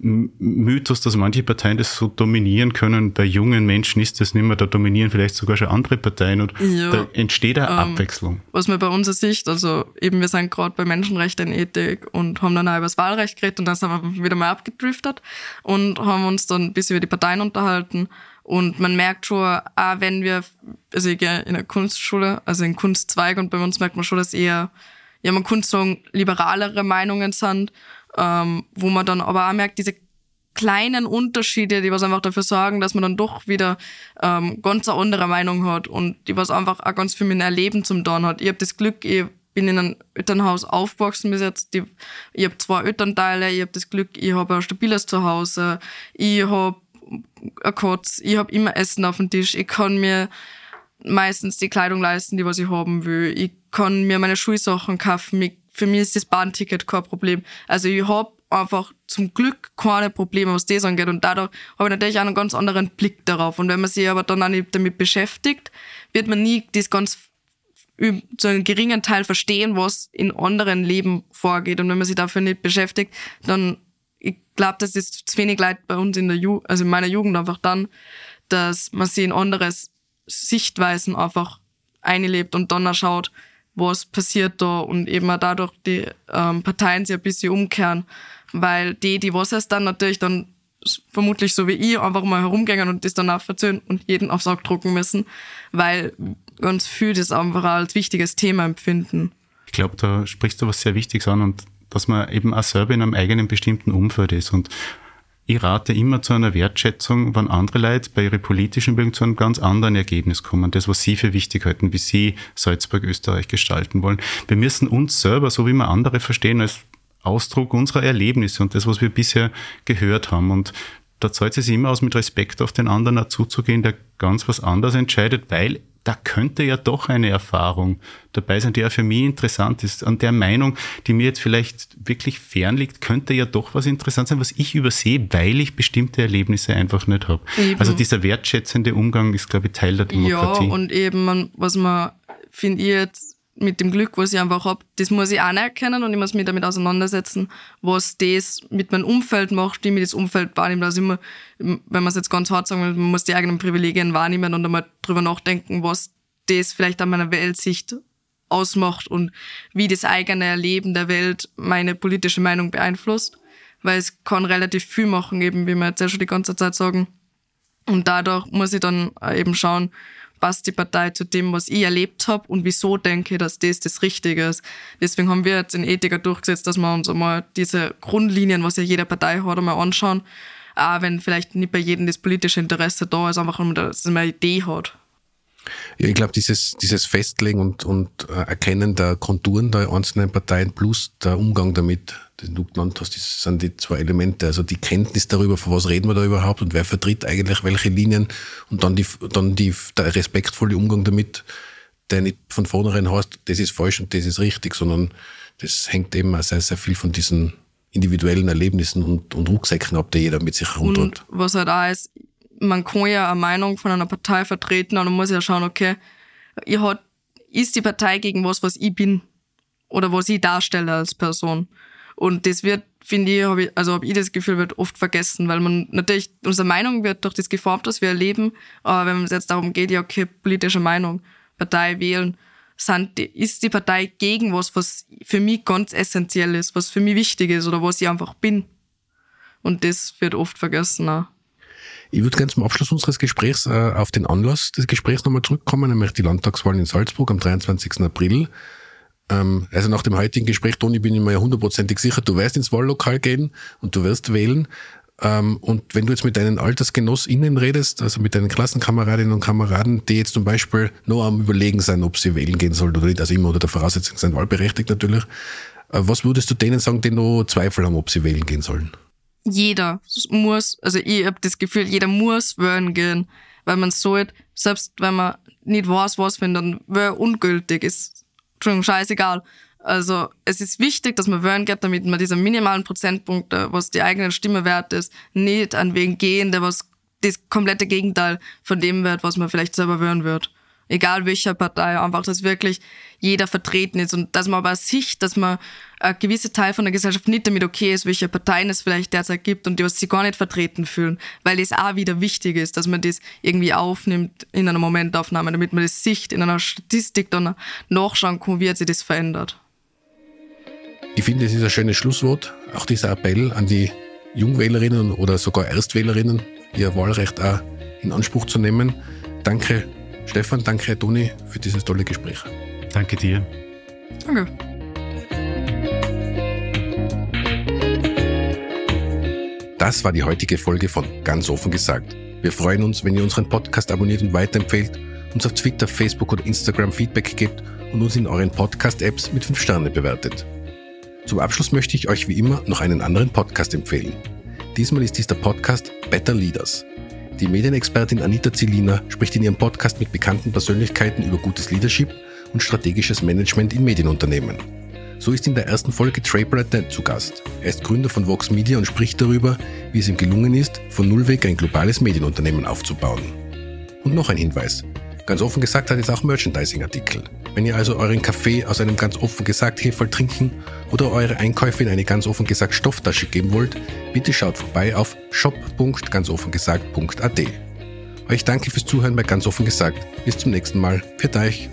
Mythos, dass manche Parteien das so dominieren können, bei jungen Menschen ist das nicht mehr, da dominieren vielleicht sogar schon andere Parteien und ja, da entsteht eine ähm, Abwechslung. Was man bei unserer Sicht, also eben wir sind gerade bei Menschenrechten und Ethik und haben dann auch über das Wahlrecht geredet und dann sind wir wieder mal abgedriftet und haben uns dann ein bisschen über die Parteien unterhalten. Und man merkt schon, auch wenn wir, also ich gehe in der Kunstschule, also in Kunstzweig, und bei uns merkt man schon, dass eher, ja, man könnte sagen, liberalere Meinungen sind, ähm, wo man dann aber auch merkt, diese kleinen Unterschiede, die was einfach dafür sorgen, dass man dann doch wieder ähm, ganz eine andere Meinung hat und die was einfach auch ganz viel mit dem Erleben zum tun hat. Ich habe das Glück, ich bin in einem Elternhaus aufgewachsen bis jetzt, die, ich habe zwei Elternteile, ich habe das Glück, ich habe ein stabiles Zuhause, ich habe ein Kotz, ich habe immer Essen auf dem Tisch, ich kann mir meistens die Kleidung leisten, die was ich haben will, ich kann mir meine Schulsachen kaufen, ich, für mich ist das Bahnticket kein Problem. Also ich habe einfach zum Glück keine Probleme, was das angeht, und dadurch habe ich natürlich auch einen ganz anderen Blick darauf. Und wenn man sich aber dann auch nicht damit beschäftigt, wird man nie das ganz zu einem geringen Teil verstehen, was in anderen Leben vorgeht. Und wenn man sich dafür nicht beschäftigt, dann, ich glaube, das ist zu wenig Leid bei uns in der Ju- also in meiner Jugend einfach dann, dass man sich in andere Sichtweisen einfach einlebt und dann auch schaut, was passiert da, und eben auch dadurch die ähm, Parteien sich ein bisschen umkehren, weil die, die was es dann natürlich dann vermutlich so wie ich einfach mal herumgehen und das dann auch verzöhnen und jeden aufs Auge drucken müssen, weil ganz viel das einfach als wichtiges Thema empfinden. Ich glaube, da sprichst du was sehr Wichtiges an, und dass man eben auch selber in einem eigenen bestimmten Umfeld ist. Und ich rate immer zu einer Wertschätzung, wenn andere Leute bei ihrer politischen Bildung zu einem ganz anderen Ergebnis kommen. Das, was sie für wichtig halten, wie sie Salzburg, Österreich gestalten wollen. Wir müssen uns selber, so wie wir andere verstehen, als Ausdruck unserer Erlebnisse und das, was wir bisher gehört haben. Und da zahlt es sich immer aus, mit Respekt auf den anderen auch zuzugehen, der ganz was anderes entscheidet, weil da könnte ja doch eine Erfahrung dabei sein, die auch für mich interessant ist. An der Meinung, die mir jetzt vielleicht wirklich fern liegt, könnte ja doch was interessant sein, was ich übersehe, weil ich bestimmte Erlebnisse einfach nicht habe. Eben. Also dieser wertschätzende Umgang ist, glaube ich, Teil der Demokratie. Ja, und eben, man, was man, finde ich jetzt, mit dem Glück, was ich einfach habe, das muss ich anerkennen und ich muss mich damit auseinandersetzen, was das mit meinem Umfeld macht, wie mir das Umfeld wahrnimmt. Also immer, wenn man es jetzt ganz hart sagen will, man muss die eigenen Privilegien wahrnehmen und einmal drüber nachdenken, was das vielleicht an meiner Weltsicht ausmacht und wie das eigene Erleben der Welt meine politische Meinung beeinflusst. Weil es kann relativ viel machen, eben wie wir jetzt ja schon die ganze Zeit sagen. Und dadurch muss ich dann eben schauen, passt die Partei zu dem, was ich erlebt habe und wieso denke ich, dass das das Richtige ist. Deswegen haben wir jetzt in Ethiker durchgesetzt, dass wir uns einmal diese Grundlinien, was ja jede Partei hat, einmal anschauen. Auch wenn vielleicht nicht bei jedem das politische Interesse da ist, einfach nur, dass man eine Idee hat. Ja, ich glaube, dieses, dieses Festlegen und, und äh, Erkennen der Konturen der einzelnen Parteien plus der Umgang damit, den du genannt hast, das sind die zwei Elemente. Also die Kenntnis darüber, von was reden wir da überhaupt und wer vertritt eigentlich welche Linien und dann die, dann die, der respektvolle Umgang damit, der nicht von vornherein heißt, das ist falsch und das ist richtig, sondern das hängt eben auch sehr, sehr viel von diesen individuellen Erlebnissen und, und Rucksäcken ab, die jeder mit sich herumträgt. Und was halt auch ist, man kann ja eine Meinung von einer Partei vertreten und man muss ja schauen, okay, ich hat, ist die Partei gegen was, was ich bin oder was ich darstelle als Person. Und das wird, finde ich, hab ich, also habe ich das Gefühl, wird oft vergessen, weil man natürlich, unsere Meinung wird durch das geformt, was wir erleben, aber wenn es jetzt darum geht, ja okay, politische Meinung, Partei wählen, sind die, ist die Partei gegen was, was für mich ganz essentiell ist, was für mich wichtig ist oder was ich einfach bin. Und das wird oft vergessen auch. Ich würde gerne zum Abschluss unseres Gesprächs äh, auf den Anlass des Gesprächs nochmal zurückkommen, nämlich die Landtagswahlen in Salzburg am dreiundzwanzigsten April. Ähm, also nach dem heutigen Gespräch, Toni, bin ich mir ja hundertprozentig sicher, du wirst ins Wahllokal gehen und du wirst wählen. Ähm, und wenn du jetzt mit deinen AltersgenossInnen redest, also mit deinen Klassenkameradinnen und Kameraden, die jetzt zum Beispiel noch am Überlegen sind, ob sie wählen gehen sollen oder nicht, also immer unter der Voraussetzung sind wahlberechtigt natürlich, äh, was würdest du denen sagen, die noch Zweifel haben, ob sie wählen gehen sollen? Jeder muss, also ich habe das Gefühl, jeder muss wählen gehen, weil man so, selbst wenn man nicht weiß, was findet, dann wäre ungültig, ist schon scheißegal. Also es ist wichtig, dass man wählen geht, damit man diese minimalen Prozentpunkte, was die eigene Stimme wert ist, nicht an wen gehen, der was das komplette Gegenteil von dem wird, was man vielleicht selber wählen wird. Egal welcher Partei, einfach, dass wirklich jeder vertreten ist und dass man aber sieht, dass man ein gewisser Teil von der Gesellschaft nicht damit okay ist, welche Parteien es vielleicht derzeit gibt und die was sie gar nicht vertreten fühlen, weil das auch wieder wichtig ist, dass man das irgendwie aufnimmt in einer Momentaufnahme, damit man das sieht, in einer Statistik dann nachschauen kann, wie hat sich das verändert. Ich finde, es ist ein schönes Schlusswort, auch dieser Appell an die Jungwählerinnen oder sogar Erstwählerinnen, ihr Wahlrecht auch in Anspruch zu nehmen. Danke Stefan, danke Toni für dieses tolle Gespräch. Danke dir. Danke. Das war die heutige Folge von Ganz offen gesagt. Wir freuen uns, wenn ihr unseren Podcast abonniert und weiterempfehlt, uns auf Twitter, Facebook oder Instagram Feedback gebt und uns in euren Podcast-Apps mit fünf Sternen bewertet. Zum Abschluss möchte ich euch wie immer noch einen anderen Podcast empfehlen. Diesmal ist dies der Podcast Better Leaders. Die Medienexpertin Anita Zieliner spricht in ihrem Podcast mit bekannten Persönlichkeiten über gutes Leadership und strategisches Management in Medienunternehmen. So ist in der ersten Folge Trey Bratton zu Gast. Er ist Gründer von Vox Media und spricht darüber, wie es ihm gelungen ist, von null weg ein globales Medienunternehmen aufzubauen. Und noch ein Hinweis. Ganz offen gesagt hat es auch Merchandising-Artikel. Wenn ihr also euren Kaffee aus einem ganz offen gesagt Heferl trinken oder eure Einkäufe in eine ganz offen gesagt Stofftasche geben wollt, bitte schaut vorbei auf shop punkt ganz offen gesagt punkt a t. Euch danke fürs Zuhören bei Ganz offen gesagt. Bis zum nächsten Mal. Pfiat euch.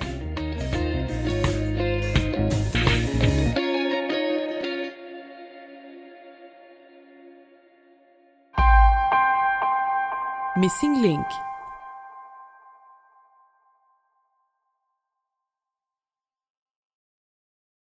Missing Link